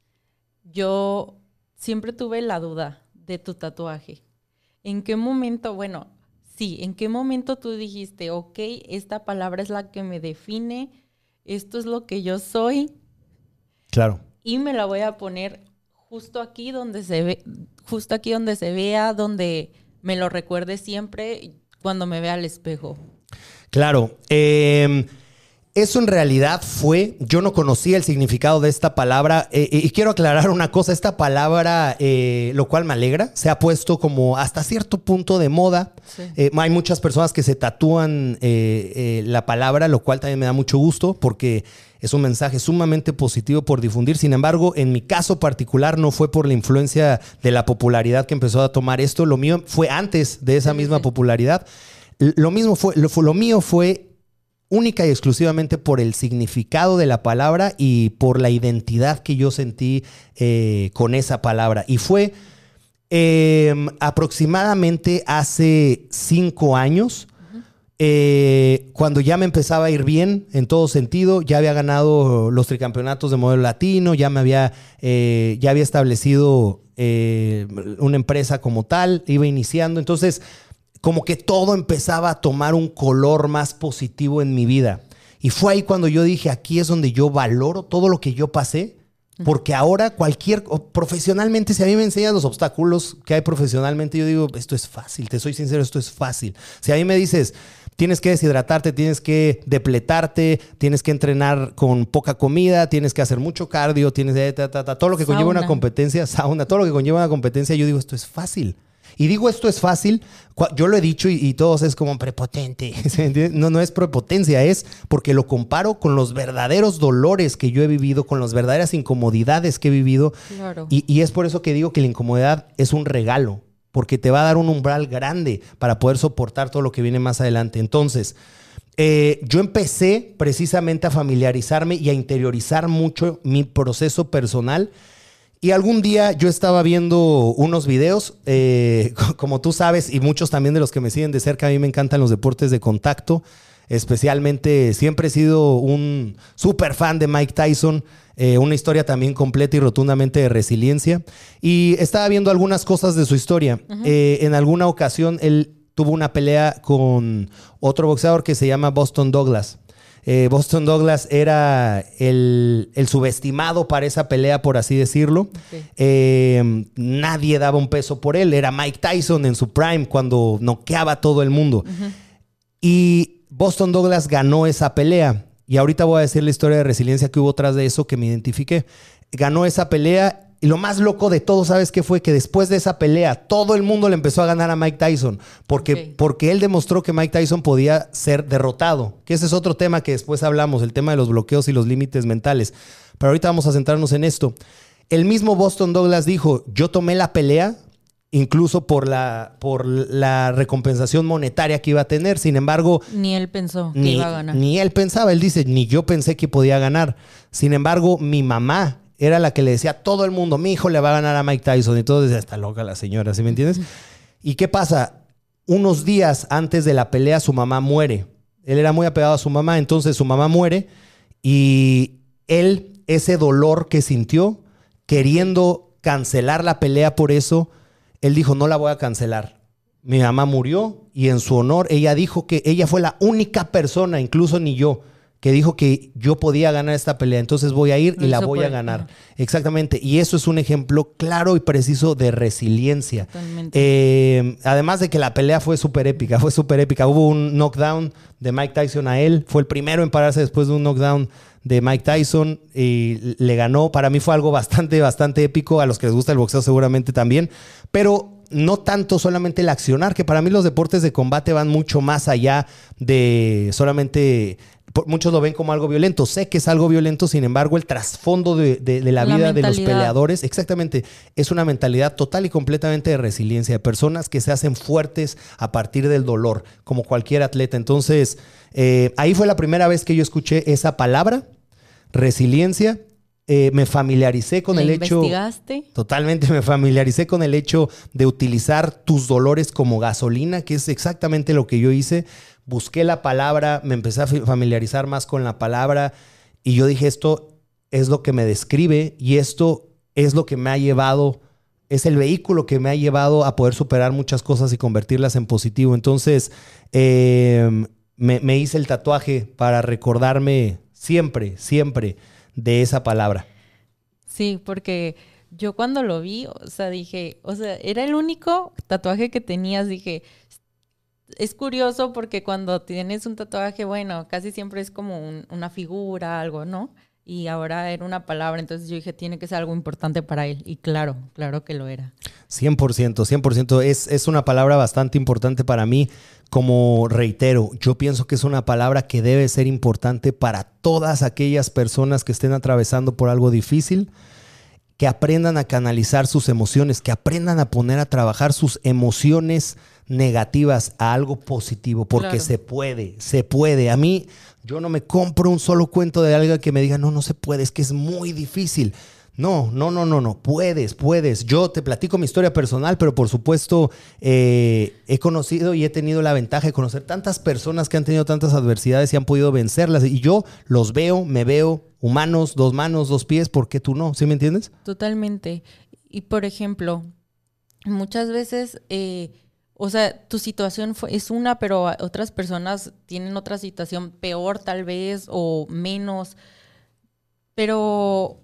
Yo siempre tuve la duda de tu tatuaje. ¿En qué momento, bueno, sí, en qué momento tú dijiste, ok, esta palabra es la que me define, esto es lo que yo soy? Claro. Y me la voy a poner justo aquí donde se ve, justo aquí donde se vea, donde me lo recuerde siempre cuando me vea al espejo. Claro. Eh... Eso en realidad fue, yo no conocía el significado de esta palabra eh, y quiero aclarar una cosa, esta palabra, eh, lo cual me alegra, se ha puesto como hasta cierto punto de moda. Sí. Eh, hay muchas personas que se tatúan eh, eh, la palabra, lo cual también me da mucho gusto porque es un mensaje sumamente positivo por difundir. Sin embargo, en mi caso particular no fue por la influencia de la popularidad que empezó a tomar esto, lo mío fue antes de esa sí, misma sí. popularidad. Lo mismo fue, lo, lo mío fue única y exclusivamente por el significado de la palabra y por la identidad que yo sentí eh, con esa palabra. Y fue eh, aproximadamente hace cinco años, uh-huh. eh, cuando ya me empezaba a ir bien en todo sentido, ya había ganado los tricampeonatos de modelo latino, ya me había, eh, ya había establecido eh, una empresa como tal, iba iniciando. Entonces, como que todo empezaba a tomar un color más positivo en mi vida. Y fue ahí cuando yo dije, aquí es donde yo valoro todo lo que yo pasé, porque ahora cualquier, profesionalmente, si a mí me enseñan los obstáculos que hay profesionalmente, yo digo, esto es fácil, te soy sincero, esto es fácil. Si a mí me dices, tienes que deshidratarte, tienes que depletarte, tienes que entrenar con poca comida, tienes que hacer mucho cardio, tienes que, ta, ta, ta, todo lo que sauna. Conlleva una competencia, sauna, todo lo que conlleva una competencia, yo digo, esto es fácil. Y digo esto es fácil, yo lo he dicho y, y todos es como prepotente. No, no es prepotencia, es porque lo comparo con los verdaderos dolores que yo he vivido, con las verdaderas incomodidades que he vivido. Claro. Y, y es por eso que digo que la incomodidad es un regalo, porque te va a dar un umbral grande para poder soportar todo lo que viene más adelante. Entonces, eh, yo empecé precisamente a familiarizarme y a interiorizar mucho mi proceso personal. Y algún día yo estaba viendo unos videos, eh, como tú sabes, y muchos también de los que me siguen de cerca, a mí me encantan los deportes de contacto. Especialmente, siempre he sido un súper fan de Mike Tyson, eh, una historia también completa y rotundamente de resiliencia. Y estaba viendo algunas cosas de su historia. Uh-huh. Eh, en alguna ocasión, él tuvo una pelea con otro boxeador que se llama Boston Douglas. Eh, Boston Douglas era el, el subestimado para esa pelea, por así decirlo. Okay. Eh, nadie daba un peso por él. Era Mike Tyson en su prime, cuando noqueaba a todo el mundo. Uh-huh. Y Boston Douglas ganó esa pelea. Y ahorita voy a decir la historia de resiliencia que hubo tras de eso que me identifiqué. Ganó esa pelea. Y lo más loco de todo, ¿sabes qué fue? Que después de esa pelea, todo el mundo le empezó a ganar a Mike Tyson. Porque, okay. porque él demostró que Mike Tyson podía ser derrotado. Que ese es otro tema que después hablamos, el tema de los bloqueos y los límites mentales. Pero ahorita vamos a centrarnos en esto. El mismo Boston Douglas dijo, yo tomé la pelea incluso por la, por la recompensación monetaria que iba a tener. Sin embargo... Ni él pensó que ni, iba a ganar. Ni él pensaba. Él dice, ni yo pensé que podía ganar. Sin embargo, mi mamá era la que le decía a todo el mundo, mi hijo le va a ganar a Mike Tyson. Y todo decía, está loca la señora, ¿sí me entiendes? ¿Y qué pasa? Unos días antes de la pelea, su mamá muere. Él era muy apegado a su mamá, entonces su mamá muere y él, ese dolor que sintió, queriendo cancelar la pelea por eso, él dijo, no la voy a cancelar. Mi mamá murió y en su honor ella dijo que ella fue la única persona, incluso ni yo, que dijo que yo podía ganar esta pelea, entonces voy a ir Lo y la hizo voy por- a ganar. ajá. Exactamente. Y eso es un ejemplo claro y preciso de resiliencia. Totalmente. Eh, además de que la pelea fue súper épica, fue súper épica. Hubo un knockdown de Mike Tyson a él. Fue el primero en pararse después de un knockdown de Mike Tyson y le ganó. Para mí fue algo bastante, bastante épico. A los que les gusta el boxeo seguramente también. Pero no tanto solamente el accionar, que para mí los deportes de combate van mucho más allá de solamente... Muchos lo ven como algo violento. Sé que es algo violento, sin embargo, el trasfondo de, de, de la, La vida de los mentalidad. peleadores, exactamente, es una mentalidad total y completamente de resiliencia, de personas que se hacen fuertes a partir del dolor, como cualquier atleta. Entonces, eh, ahí fue la primera vez que yo escuché esa palabra, resiliencia. Eh, me familiaricé con ¿Le el hecho... investigaste? Totalmente me familiaricé con el hecho de utilizar tus dolores como gasolina, que es exactamente lo que yo hice. Busqué la palabra, me empecé a familiarizar más con la palabra y yo dije, esto es lo que me describe y esto es lo que me ha llevado, es el vehículo que me ha llevado a poder superar muchas cosas y convertirlas en positivo. Entonces, eh, me, me hice el tatuaje para recordarme siempre, siempre de esa palabra. Sí, porque yo cuando lo vi, o sea, dije, o sea, era el único tatuaje que tenías, dije, es curioso porque cuando tienes un tatuaje, bueno, casi siempre es como un- una figura, algo, ¿no? Y ahora era una palabra, entonces yo dije, tiene que ser algo importante para él. Y claro, claro que lo era. cien por ciento, cien por ciento. Es, es una palabra bastante importante para mí. Como reitero, yo pienso que es una palabra que debe ser importante para todas aquellas personas que estén atravesando por algo difícil, que aprendan a canalizar sus emociones, que aprendan a poner a trabajar sus emociones negativas a algo positivo, porque Claro. se puede, se puede. A mí, yo no me compro un solo cuento de alguien que me diga, no, no se puede, es que es muy difícil. No, no, no, no, no, puedes, puedes. Yo te platico mi historia personal, pero por supuesto eh, he conocido y he tenido la ventaja de conocer tantas personas que han tenido tantas adversidades y han podido vencerlas. Y yo los veo, me veo humanos, dos manos, dos pies, ¿por qué tú no? ¿Sí me entiendes? Totalmente. Y por ejemplo, muchas veces, eh, o sea, tu situación fue- es una, pero a- otras personas tienen otra situación peor tal vez o menos. Pero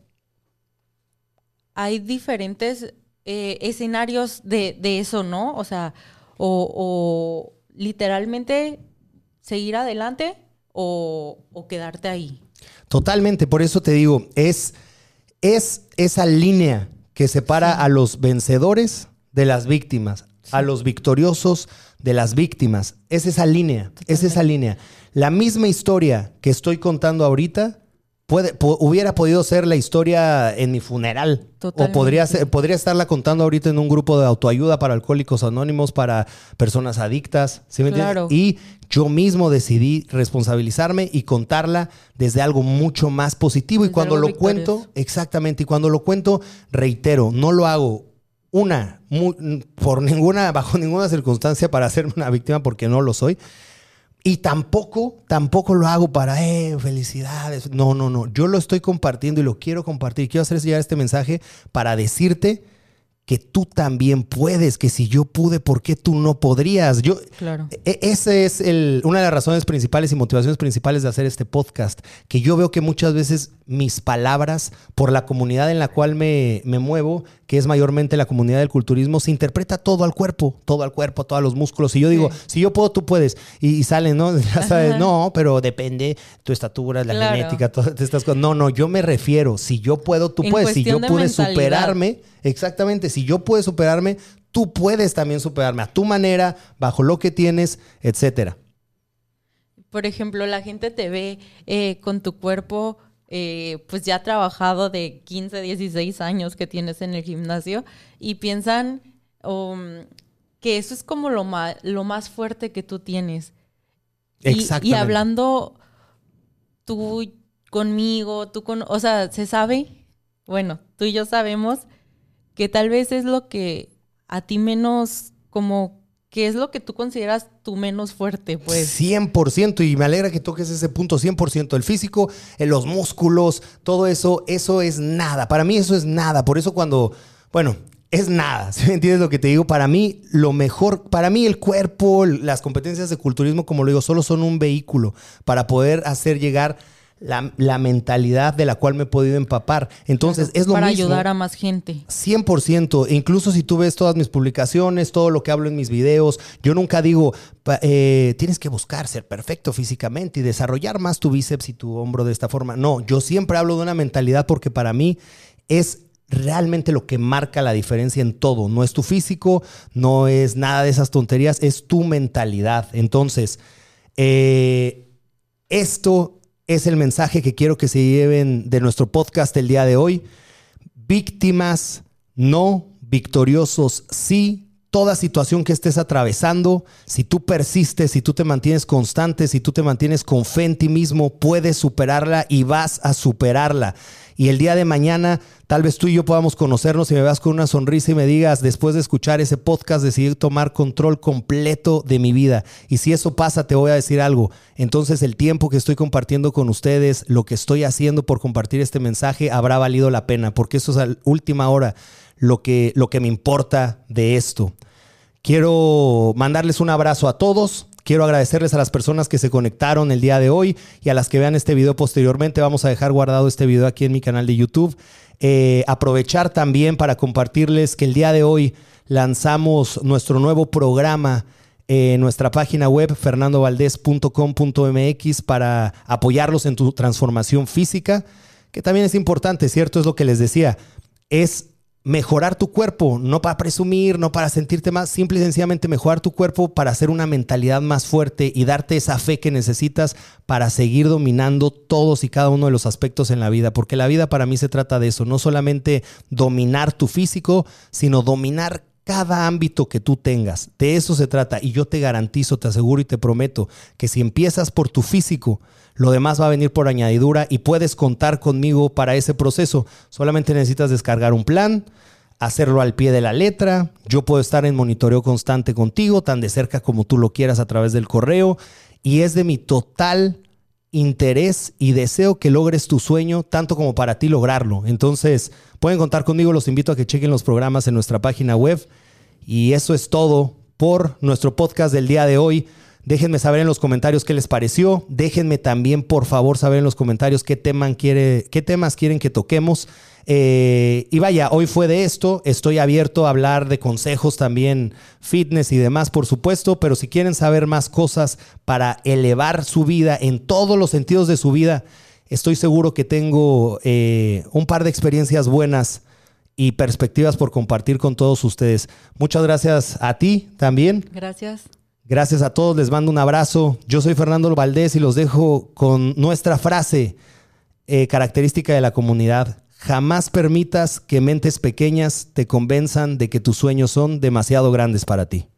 hay diferentes eh, escenarios de, de eso, ¿no? O sea, o, o literalmente seguir adelante o, o quedarte ahí. Totalmente, por eso te digo, es, es esa línea que separa Sí. a los vencedores de las víctimas, Sí. a los victoriosos de las víctimas. Es esa línea, es esa Totalmente. línea. La misma historia que estoy contando ahorita puede, po- hubiera podido ser la historia en mi funeral. Totalmente. O podría, ser- podría estarla contando ahorita en un grupo de autoayuda para alcohólicos anónimos, para personas adictas. ¿Sí me entiendes? Claro. Y yo mismo decidí responsabilizarme y contarla desde algo mucho más positivo. Y Desde cuando algo lo cuento, victorioso. exactamente, y cuando lo cuento, reitero, no lo hago una, mu- por ninguna, bajo ninguna circunstancia para hacerme una víctima, porque no lo soy. Y tampoco, tampoco lo hago para, eh, felicidades. No, no, no. Yo lo estoy compartiendo y lo quiero compartir. Quiero hacer llegar este mensaje para decirte que tú también puedes, que si yo pude, ¿por qué tú no podrías? Yo, Claro. e- esa es el, una de las razones principales y motivaciones principales de hacer este podcast, que yo veo que muchas veces mis palabras, por la comunidad en la cual me, me muevo, que es mayormente la comunidad del culturismo, se interpreta todo al cuerpo, todo al cuerpo, todos los músculos. Y yo digo, Sí. si yo puedo, tú puedes. Y, y salen, ¿no? Ya sabes, Ajá. no, pero depende tu estatura, la Claro. genética, todas estas cosas. No, no, yo me refiero, si yo puedo, tú En puedes. Si yo cuestión de pude mentalidad. superarme, exactamente, si yo pude superarme, tú puedes también superarme a tu manera, bajo lo que tienes, etcétera. Por ejemplo, la gente te ve eh, con tu cuerpo, eh, pues ya trabajado de quince, dieciséis años que tienes en el gimnasio y piensan um, que eso es como lo más, lo más fuerte que tú tienes. Y, Exactamente. y hablando tú conmigo, tú con, o sea, se sabe, bueno, tú y yo sabemos que tal vez es lo que a ti menos, como, que es lo que tú consideras tu menos fuerte, pues. cien por ciento, y me alegra que toques ese punto, cien por ciento. El físico, eh, los músculos, todo eso, eso es nada. Para mí eso es nada. Por eso cuando, bueno, es nada. ¿Sí me entiendes lo que te digo? Para mí, lo mejor, para mí el cuerpo, las competencias de culturismo, como lo digo, solo son un vehículo para poder hacer llegar la, la mentalidad de la cual me he podido empapar. Entonces, claro, es lo para mismo. Para ayudar a más gente. cien por ciento. Incluso si tú ves todas mis publicaciones, todo lo que hablo en mis videos, yo nunca digo, eh, tienes que buscar ser perfecto físicamente y desarrollar más tu bíceps y tu hombro de esta forma. No, yo siempre hablo de una mentalidad porque para mí es realmente lo que marca la diferencia en todo. No es tu físico, no es nada de esas tonterías, es tu mentalidad. Entonces, eh, esto es el mensaje que quiero que se lleven de nuestro podcast el día de hoy. Víctimas no, victoriosos sí. Toda situación que estés atravesando, si tú persistes, si tú te mantienes constante, si tú te mantienes con fe en ti mismo, puedes superarla y vas a superarla. Y el día de mañana, tal vez tú y yo podamos conocernos y me veas con una sonrisa y me digas, después de escuchar ese podcast, decidí tomar control completo de mi vida. Y si eso pasa, te voy a decir algo. Entonces el tiempo que estoy compartiendo con ustedes, lo que estoy haciendo por compartir este mensaje, habrá valido la pena, porque eso es a la última hora lo que, lo que me importa de esto. Quiero mandarles un abrazo a todos. Quiero agradecerles a las personas que se conectaron el día de hoy y a las que vean este video posteriormente. Vamos a dejar guardado este video aquí en mi canal de YouTube. Eh, aprovechar también para compartirles que el día de hoy lanzamos nuestro nuevo programa en nuestra página web fernando valdez punto com punto m x para apoyarlos en tu transformación física, que también es importante, ¿cierto? Es lo que les decía. Es mejorar tu cuerpo, no para presumir, no para sentirte más, simple y sencillamente mejorar tu cuerpo para hacer una mentalidad más fuerte y darte esa fe que necesitas para seguir dominando todos y cada uno de los aspectos en la vida, porque la vida para mí se trata de eso, no solamente dominar tu físico, sino dominar cada ámbito que tú tengas. De eso se trata y yo te garantizo, te aseguro y te prometo que si empiezas por tu físico, lo demás va a venir por añadidura y puedes contar conmigo para ese proceso. Solamente necesitas descargar un plan, hacerlo al pie de la letra. Yo puedo estar en monitoreo constante contigo, tan de cerca como tú lo quieras a través del correo. Y es de mi total interés y deseo que logres tu sueño, tanto como para ti lograrlo. Entonces, pueden contar conmigo. Los invito a que chequen los programas en nuestra página web. Y eso es todo por nuestro podcast del día de hoy. Déjenme saber en los comentarios qué les pareció. Déjenme también, por favor, saber en los comentarios qué, tema quiere, qué temas quieren que toquemos. Eh, y vaya, hoy fue de esto. Estoy abierto a hablar de consejos también, fitness y demás, por supuesto. Pero si quieren saber más cosas para elevar su vida en todos los sentidos de su vida, estoy seguro que tengo eh, un par de experiencias buenas y perspectivas por compartir con todos ustedes. Muchas gracias a ti también. Gracias. Gracias a todos, les mando un abrazo. Yo soy Fernando Valdez y los dejo con nuestra frase eh, característica de la comunidad. Jamás permitas que mentes pequeñas te convenzan de que tus sueños son demasiado grandes para ti.